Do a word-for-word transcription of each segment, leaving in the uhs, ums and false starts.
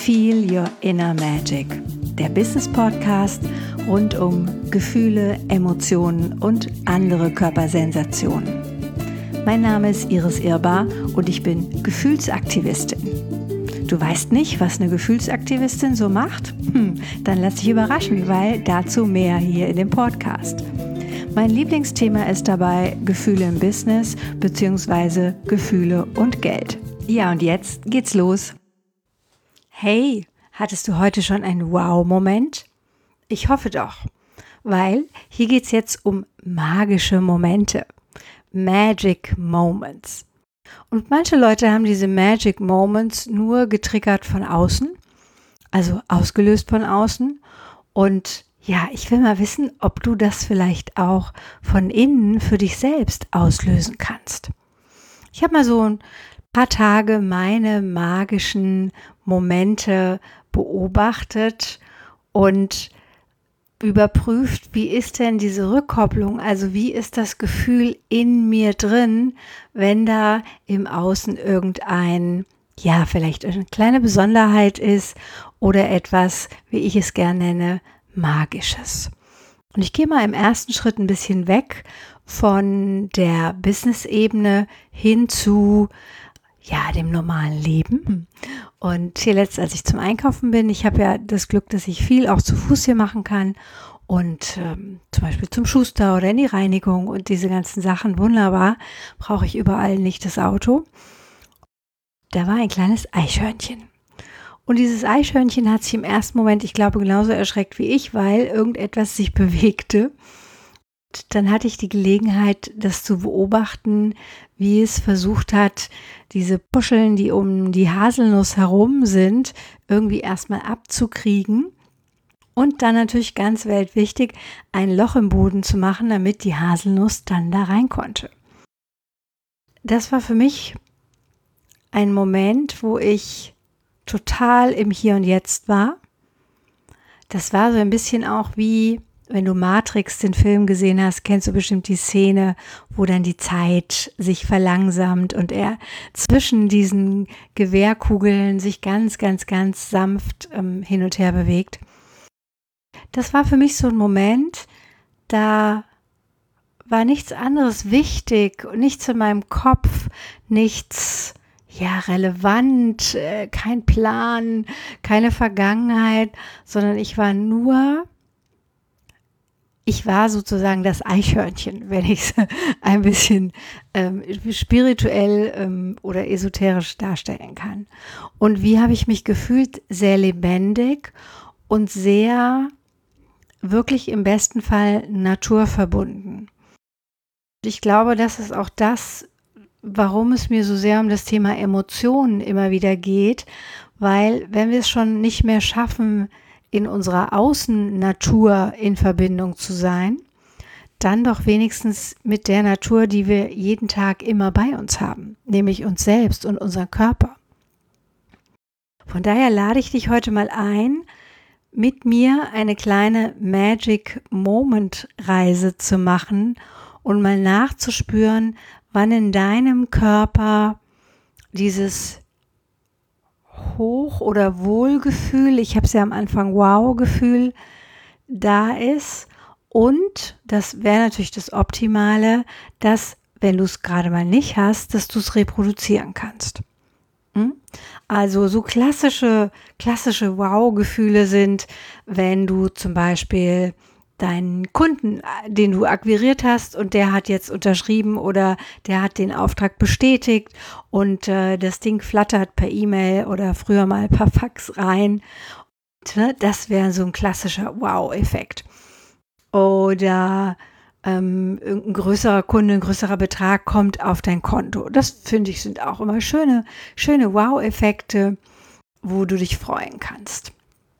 Feel Your Inner Magic, der Business-Podcast rund um Gefühle, Emotionen und andere Körpersensationen. Mein Name ist Iris Irbar und ich bin Gefühlsaktivistin. Du weißt nicht, was eine Gefühlsaktivistin so macht? Hm, dann lass dich überraschen, weil dazu mehr hier in dem Podcast. Mein Lieblingsthema ist dabei Gefühle im Business bzw. Gefühle und Geld. Ja, und jetzt geht's los. Hey, hattest du heute schon einen Wow-Moment? Ich hoffe doch, weil hier geht's jetzt um magische Momente, Magic Moments. Und manche Leute haben diese Magic Moments nur getriggert von außen, also ausgelöst von außen. Und ja, ich will mal wissen, ob du das vielleicht auch von innen für dich selbst auslösen kannst. Ich habe mal so ein paar Tage meine magischen Momente beobachtet und überprüft, wie ist denn diese Rückkopplung, also wie ist das Gefühl in mir drin, wenn da im Außen irgendein, ja, vielleicht eine kleine Besonderheit ist oder etwas, wie ich es gerne nenne, Magisches. Und ich gehe mal im ersten Schritt ein bisschen weg von der Business-Ebene hin zu ja, dem normalen Leben. Und hier letzt, als ich zum Einkaufen bin, ich habe ja das Glück, dass ich viel auch zu Fuß hier machen kann und ähm, zum Beispiel zum Schuster oder in die Reinigung und diese ganzen Sachen, wunderbar, brauche ich überall nicht das Auto. Da war ein kleines Eichhörnchen. Und dieses Eichhörnchen hat sich im ersten Moment, ich glaube, genauso erschreckt wie ich, weil irgendetwas sich bewegte. Dann hatte ich die Gelegenheit, das zu beobachten, wie es versucht hat, diese Puscheln, die um die Haselnuss herum sind, irgendwie erstmal abzukriegen und dann natürlich ganz weltwichtig, ein Loch im Boden zu machen, damit die Haselnuss dann da rein konnte. Das war für mich ein Moment, wo ich total im Hier und Jetzt war. Das war so ein bisschen auch wie, wenn du Matrix, den Film gesehen hast, kennst du bestimmt die Szene, wo dann die Zeit sich verlangsamt und er zwischen diesen Gewehrkugeln sich ganz, ganz, ganz sanft ähm, hin und her bewegt. Das war für mich so ein Moment, da war nichts anderes wichtig, nichts in meinem Kopf, nichts ja relevant, äh, kein Plan, keine Vergangenheit, sondern ich war nur Ich war sozusagen das Eichhörnchen, wenn ich es ein bisschen ähm, spirituell ähm, oder esoterisch darstellen kann. Und wie habe ich mich gefühlt? Sehr lebendig und sehr, wirklich im besten Fall naturverbunden. Ich glaube, das ist auch das, warum es mir so sehr um das Thema Emotionen immer wieder geht, weil wenn wir es schon nicht mehr schaffen, in unserer Außennatur in Verbindung zu sein, dann doch wenigstens mit der Natur, die wir jeden Tag immer bei uns haben, nämlich uns selbst und unseren Körper. Von daher lade ich dich heute mal ein, mit mir eine kleine Magic Moment Reise zu machen und mal nachzuspüren, wann in deinem Körper dieses Hoch- oder Wohlgefühl, ich habe es ja am Anfang Wow-Gefühl, da ist. Und das wäre natürlich das Optimale, dass, wenn du es gerade mal nicht hast, dass du es reproduzieren kannst. Hm? Also so klassische, klassische Wow-Gefühle sind, wenn du zum Beispiel deinen Kunden, den du akquiriert hast und der hat jetzt unterschrieben oder der hat den Auftrag bestätigt und äh, das Ding flattert per E-Mail oder früher mal per Fax rein. Und, ne, das wäre so ein klassischer Wow-Effekt. Oder ähm, ein größerer Kunde, ein größerer Betrag kommt auf dein Konto. Das finde ich sind auch immer schöne, schöne Wow-Effekte, wo du dich freuen kannst.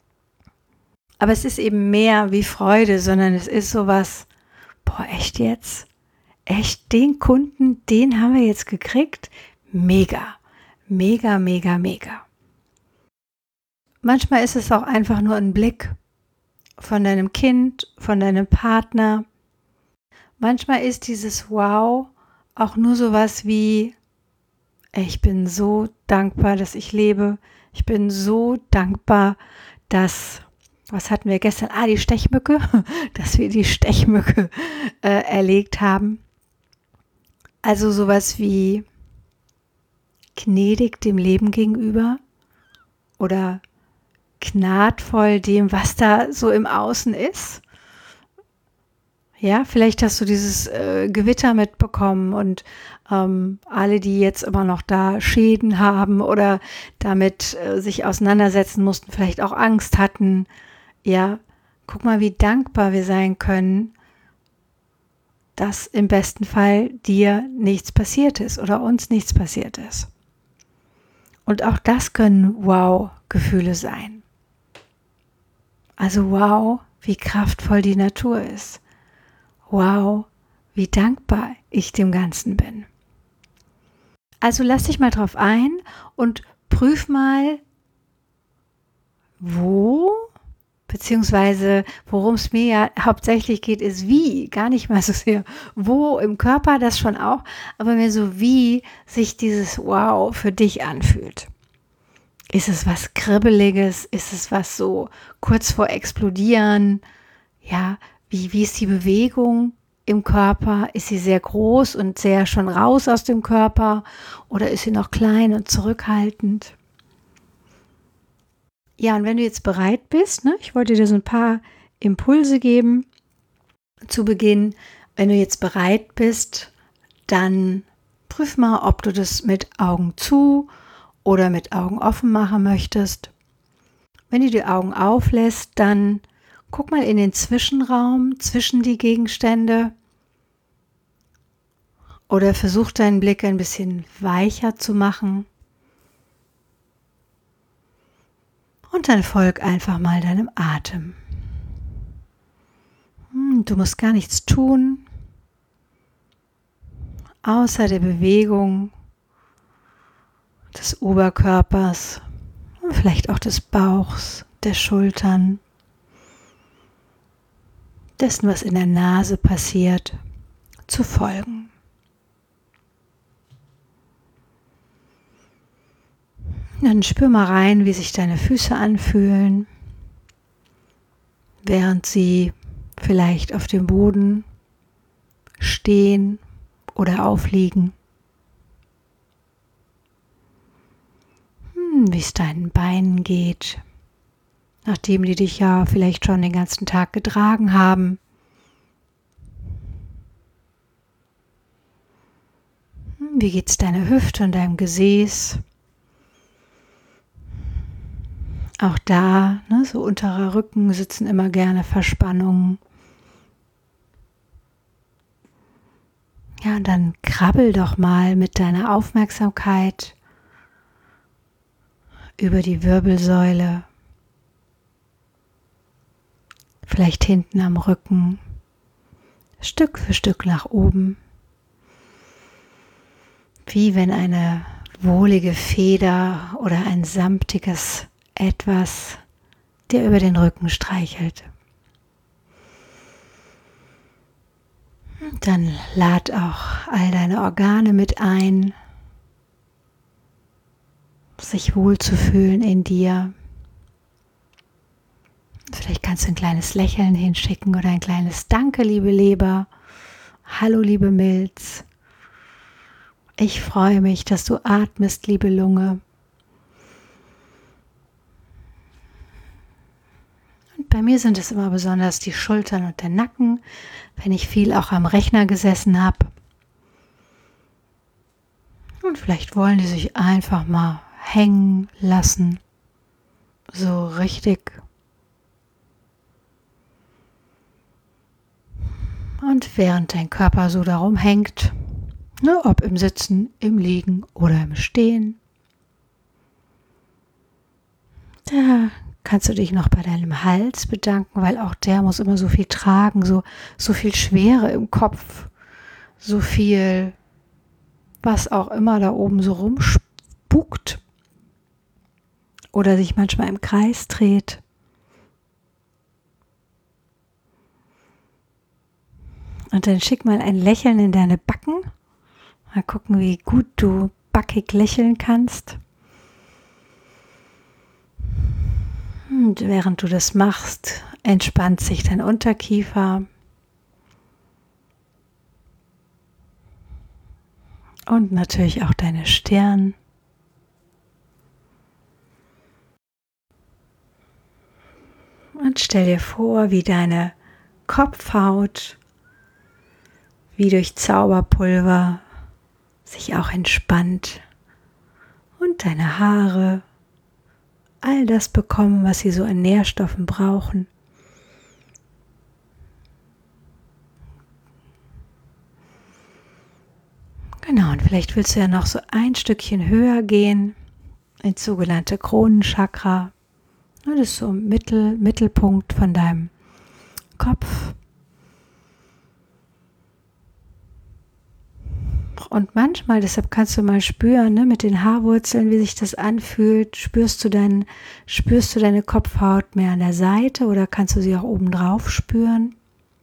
Aber es ist eben mehr wie Freude, sondern es ist sowas, boah, echt jetzt? Echt, den Kunden, den haben wir jetzt gekriegt? Mega, mega, mega, mega. Manchmal ist es auch einfach nur ein Blick von deinem Kind, von deinem Partner. Manchmal ist dieses Wow auch nur sowas wie, ich bin so dankbar, dass ich lebe. Ich bin so dankbar, dass, was hatten wir gestern? Ah, die Stechmücke, dass wir die Stechmücke äh, erlegt haben. Also sowas wie gnädig dem Leben gegenüber oder gnadvoll dem, was da so im Außen ist. Ja, vielleicht hast du dieses äh, Gewitter mitbekommen und ähm, alle, die jetzt immer noch da Schäden haben oder damit äh, sich auseinandersetzen mussten, vielleicht auch Angst hatten. Ja, guck mal, wie dankbar wir sein können, dass im besten Fall dir nichts passiert ist oder uns nichts passiert ist. Und auch das können Wow-Gefühle sein. Also wow, wie kraftvoll die Natur ist. Wow, wie dankbar ich dem Ganzen bin. Also lass dich mal drauf ein und prüf mal, wo, beziehungsweise worum es mir ja hauptsächlich geht, ist wie, gar nicht mal so sehr wo im Körper, das schon auch, aber mehr so wie sich dieses Wow für dich anfühlt. Ist es was Kribbeliges? Ist es was so kurz vor Explodieren? Ja, Wie, wie ist die Bewegung im Körper? Ist sie sehr groß und sehr schon raus aus dem Körper oder ist sie noch klein und zurückhaltend? Ja, und wenn du jetzt bereit bist, ne, ich wollte dir so ein paar Impulse geben zu Beginn. Wenn du jetzt bereit bist, dann prüf mal, ob du das mit Augen zu oder mit Augen offen machen möchtest. Wenn du die Augen auflässt, dann guck mal in den Zwischenraum, zwischen die Gegenstände oder versuch deinen Blick ein bisschen weicher zu machen. Und dann folg einfach mal deinem Atem. Du musst gar nichts tun, außer der Bewegung des Oberkörpers und vielleicht auch des Bauchs, der Schultern. Dessen, was in der Nase passiert, zu folgen. Dann spür mal rein, wie sich deine Füße anfühlen, während sie vielleicht auf dem Boden stehen oder aufliegen. Hm, wie es deinen Beinen geht. Nachdem die dich ja vielleicht schon den ganzen Tag getragen haben. Wie geht's deiner Hüfte und deinem Gesäß? Auch da, ne, so unterer Rücken sitzen immer gerne Verspannungen. Ja, und dann krabbel doch mal mit deiner Aufmerksamkeit über die Wirbelsäule. Vielleicht hinten am Rücken, Stück für Stück nach oben. Wie wenn eine wohlige Feder oder ein samtiges Etwas dir über den Rücken streichelt. Dann lad auch all deine Organe mit ein, sich wohlzufühlen in dir. Vielleicht kannst du ein kleines Lächeln hinschicken oder ein kleines Danke, liebe Leber. Hallo, liebe Milz. Ich freue mich, dass du atmest, liebe Lunge. Und bei mir sind es immer besonders die Schultern und der Nacken, wenn ich viel auch am Rechner gesessen habe. Und vielleicht wollen die sich einfach mal hängen lassen. So richtig. Und während dein Körper so darum hängt, ne, ob im Sitzen, im Liegen oder im Stehen, da kannst du dich noch bei deinem Hals bedanken, weil auch der muss immer so viel tragen, so, so viel Schwere im Kopf, so viel, was auch immer da oben so rumspukt oder sich manchmal im Kreis dreht. Und dann schick mal ein Lächeln in deine Backen. Mal gucken, wie gut du backig lächeln kannst. Und während du das machst, entspannt sich dein Unterkiefer und natürlich auch deine Stirn. Und stell dir vor, wie deine Kopfhaut wie durch Zauberpulver sich auch entspannt und deine Haare all das bekommen, was sie so an Nährstoffen brauchen. Genau, und vielleicht willst du ja noch so ein Stückchen höher gehen ins sogenannte Kronenchakra. Das ist so im Mittel, Mittelpunkt von deinem Kopf. Und manchmal, deshalb kannst du mal spüren, ne, mit den Haarwurzeln, wie sich das anfühlt. Spürst du, dein, spürst du deine Kopfhaut mehr an der Seite oder kannst du sie auch oben drauf spüren?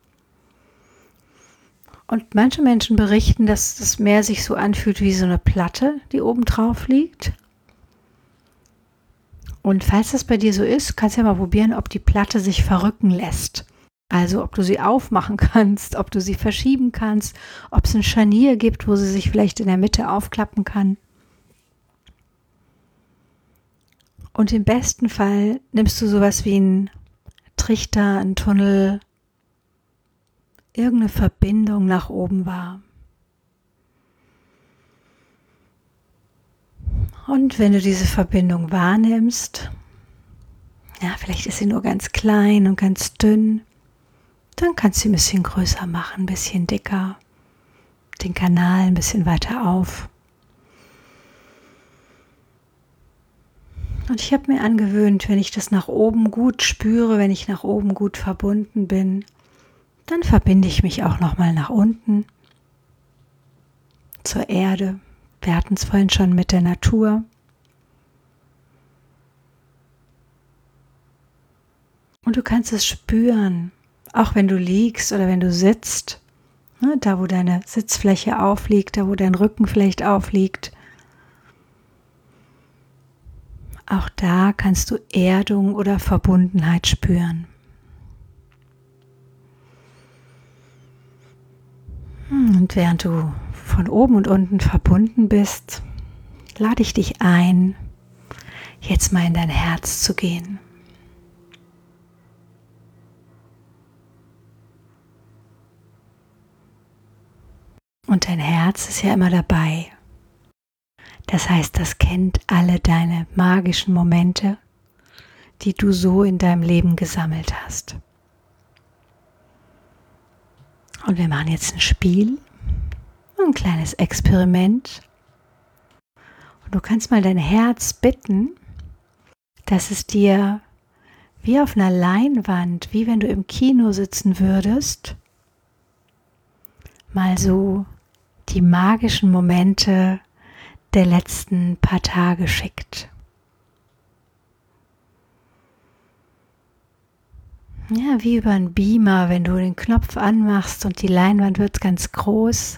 Und manche Menschen berichten, dass das mehr sich so anfühlt wie so eine Platte, die oben drauf liegt. Und falls das bei dir so ist, kannst du ja mal probieren, ob die Platte sich verrücken lässt. Also ob du sie aufmachen kannst, ob du sie verschieben kannst, ob es ein Scharnier gibt, wo sie sich vielleicht in der Mitte aufklappen kann. Und im besten Fall nimmst du sowas wie einen Trichter, einen Tunnel, irgendeine Verbindung nach oben wahr. Und wenn du diese Verbindung wahrnimmst, ja, vielleicht ist sie nur ganz klein und ganz dünn, dann kannst du sie ein bisschen größer machen, ein bisschen dicker, den Kanal ein bisschen weiter auf. Und ich habe mir angewöhnt, wenn ich das nach oben gut spüre, wenn ich nach oben gut verbunden bin, dann verbinde ich mich auch nochmal nach unten zur Erde. Wir hatten es vorhin schon mit der Natur. Und du kannst es spüren, auch wenn du liegst oder wenn du sitzt, ne, da wo deine Sitzfläche aufliegt, da wo dein Rücken vielleicht aufliegt. Auch da kannst du Erdung oder Verbundenheit spüren. Und während du von oben und unten verbunden bist, lade ich dich ein, jetzt mal in dein Herz zu gehen. Und dein Herz ist ja immer dabei. Das heißt, das kennt alle deine magischen Momente, die du so in deinem Leben gesammelt hast. Und wir machen jetzt ein Spiel, ein kleines Experiment. Und du kannst mal dein Herz bitten, dass es dir wie auf einer Leinwand, wie wenn du im Kino sitzen würdest, mal so die magischen Momente der letzten paar Tage schickt. Ja, wie über einen Beamer, wenn du den Knopf anmachst und die Leinwand wird ganz groß.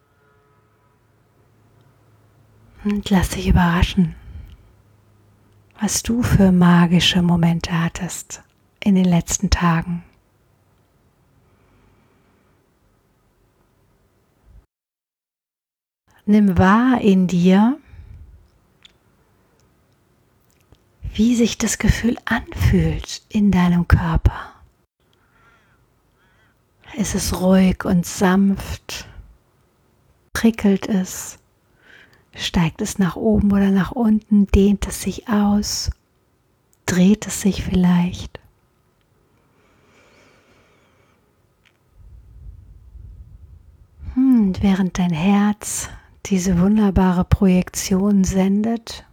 Und lass dich überraschen, was du für magische Momente hattest in den letzten Tagen. Nimm wahr in dir, wie sich das Gefühl anfühlt in deinem Körper. Ist es ruhig und sanft? Prickelt es? Steigt es nach oben oder nach unten? Dehnt es sich aus? Dreht es sich vielleicht? Hm, und während dein Herz diese wunderbare Projektion sendet,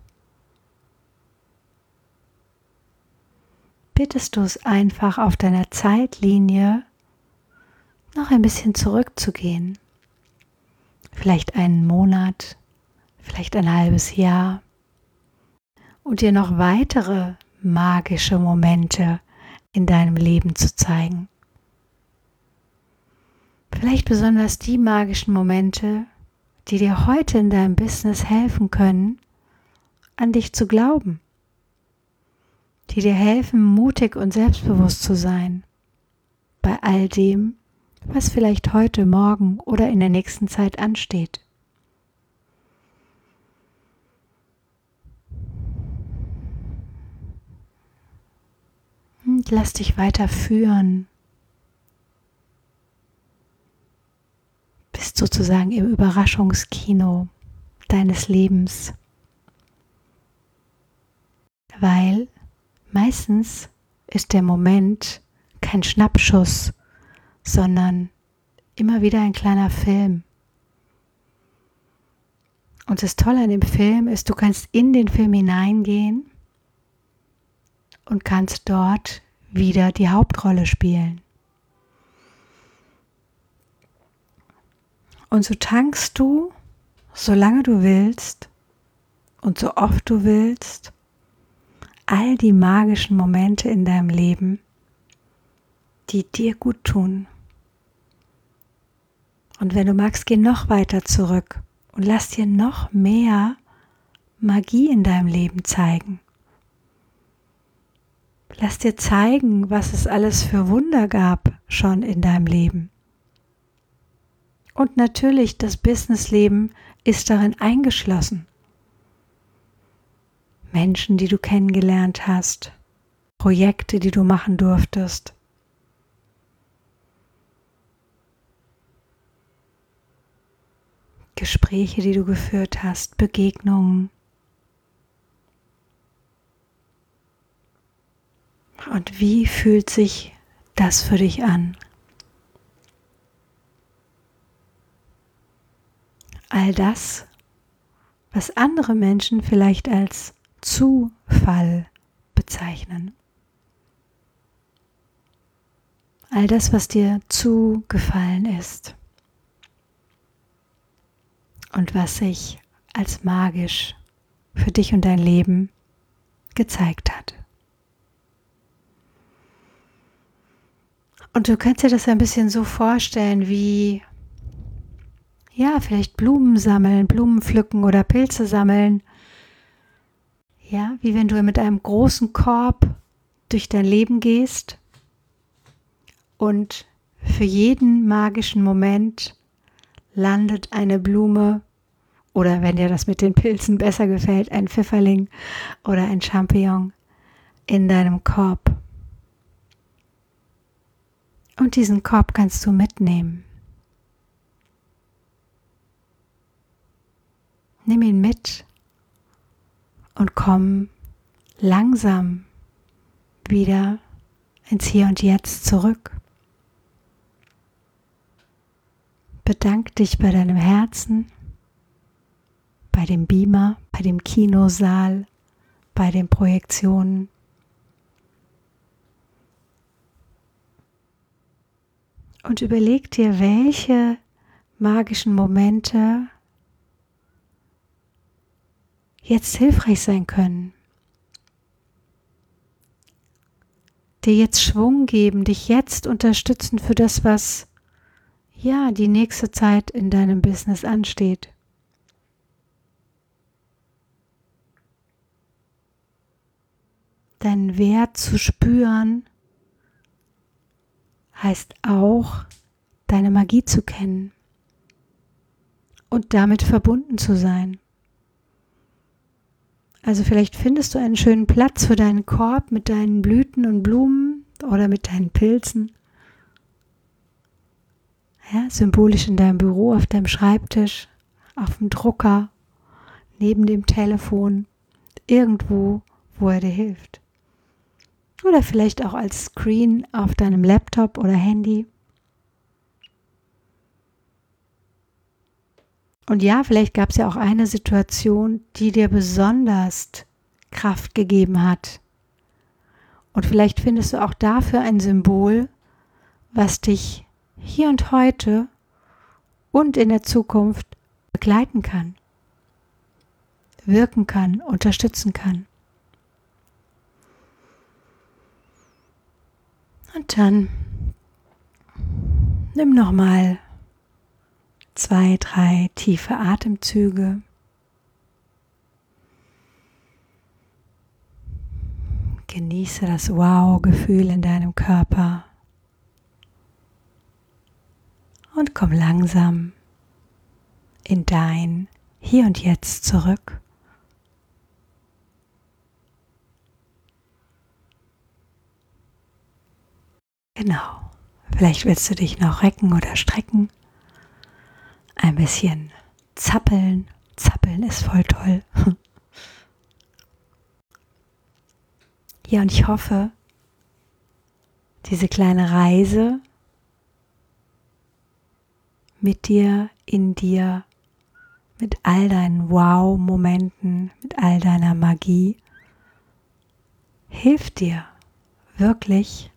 bittest du es einfach auf deiner Zeitlinie noch ein bisschen zurückzugehen. Vielleicht einen Monat, vielleicht ein halbes Jahr und dir noch weitere magische Momente in deinem Leben zu zeigen. Vielleicht besonders die magischen Momente, die dir heute in deinem Business helfen können, an dich zu glauben. die dir helfen, mutig und selbstbewusst zu sein bei all dem, was vielleicht heute, morgen oder in der nächsten Zeit ansteht. Und lass dich weiter führen. Bist sozusagen im Überraschungskino deines Lebens. Weil meistens ist der Moment kein Schnappschuss, sondern immer wieder ein kleiner Film. Und das Tolle an dem Film ist, du kannst in den Film hineingehen und kannst dort wieder die Hauptrolle spielen. Und so tankst du, solange du willst und so oft du willst, all die magischen Momente in deinem Leben, die dir gut tun. Und wenn du magst, geh noch weiter zurück und lass dir noch mehr Magie in deinem Leben zeigen. Lass dir zeigen, was es alles für Wunder gab schon in deinem Leben. Und natürlich, das Businessleben ist darin eingeschlossen. Menschen, die du kennengelernt hast, Projekte, die du machen durftest. Gespräche, die du geführt hast, Begegnungen. Und wie fühlt sich das für dich an? All das, was andere Menschen vielleicht als Zufall bezeichnen. All das, was dir zugefallen ist und was sich als magisch für dich und dein Leben gezeigt hat. Und du kannst dir das ein bisschen so vorstellen wie, ja, vielleicht Blumen sammeln, Blumen pflücken oder Pilze sammeln. Ja, wie wenn du mit einem großen Korb durch dein Leben gehst und für jeden magischen Moment landet eine Blume oder, wenn dir das mit den Pilzen besser gefällt, ein Pfifferling oder ein Champignon in deinem Korb. Und diesen Korb kannst du mitnehmen. Nimm ihn mit und komm langsam wieder ins Hier und Jetzt zurück. Bedank dich bei deinem Herzen, bei dem Beamer, bei dem Kinosaal, bei den Projektionen. Und überleg dir, welche magischen Momente jetzt hilfreich sein können, dir jetzt Schwung geben, dich jetzt unterstützen für das, was ja die nächste Zeit in deinem Business ansteht. Deinen Wert zu spüren heißt auch, deine Magie zu kennen und damit verbunden zu sein. Also vielleicht findest du einen schönen Platz für deinen Korb mit deinen Blüten und Blumen oder mit deinen Pilzen. Ja, symbolisch in deinem Büro, auf deinem Schreibtisch, auf dem Drucker, neben dem Telefon, irgendwo, wo er dir hilft. Oder vielleicht auch als Screen auf deinem Laptop oder Handy. Und ja, vielleicht gab es ja auch eine Situation, die dir besonders Kraft gegeben hat. Und vielleicht findest du auch dafür ein Symbol, was dich hier und heute und in der Zukunft begleiten kann, wirken kann, unterstützen kann. Und dann nimm nochmal zwei, drei tiefe Atemzüge. Genieße das Wow-Gefühl in deinem Körper und komm langsam in dein Hier und Jetzt zurück. Genau, vielleicht willst du dich noch recken oder strecken, ein bisschen zappeln. Zappeln ist voll toll. Ja, und ich hoffe, diese kleine Reise mit dir, in dir, mit all deinen Wow-Momenten, mit all deiner Magie, hilft dir wirklich,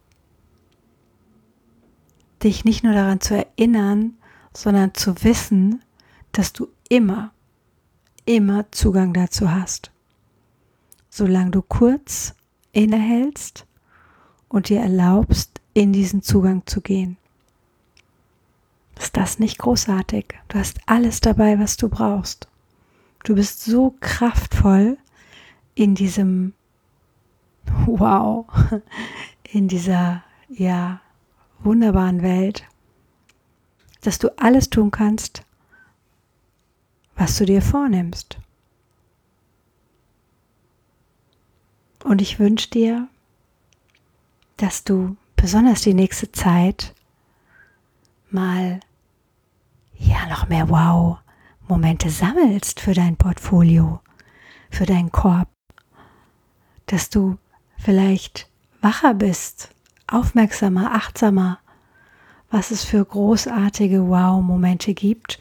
dich nicht nur daran zu erinnern, sondern zu wissen, dass du immer, immer Zugang dazu hast. Solange du kurz innehältst und dir erlaubst, in diesen Zugang zu gehen. Ist das nicht großartig? Du hast alles dabei, was du brauchst. Du bist so kraftvoll in diesem Wow, in dieser, ja, wunderbaren Welt, dass du alles tun kannst, was du dir vornimmst. Und ich wünsche dir, dass du besonders die nächste Zeit mal ja noch mehr Wow-Momente sammelst für dein Portfolio, für deinen Korb, dass du vielleicht wacher bist, aufmerksamer, achtsamer, was es für großartige Wow-Momente gibt,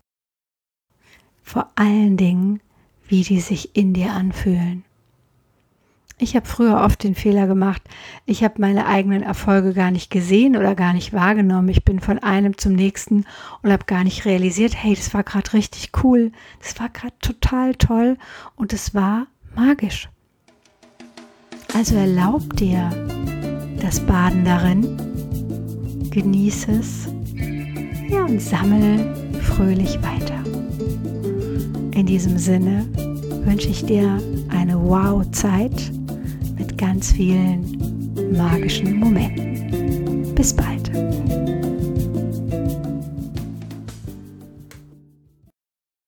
vor allen Dingen, wie die sich in dir anfühlen. Ich habe früher oft den Fehler gemacht, ich habe meine eigenen Erfolge gar nicht gesehen oder gar nicht wahrgenommen. Ich bin von einem zum nächsten und habe gar nicht realisiert, hey, das war gerade richtig cool, das war gerade total toll und es war magisch. Also erlaub dir das Baden darin, genieße es, ja, und sammel fröhlich weiter. In diesem Sinne wünsche ich dir eine Wow-Zeit mit ganz vielen magischen Momenten. Bis bald.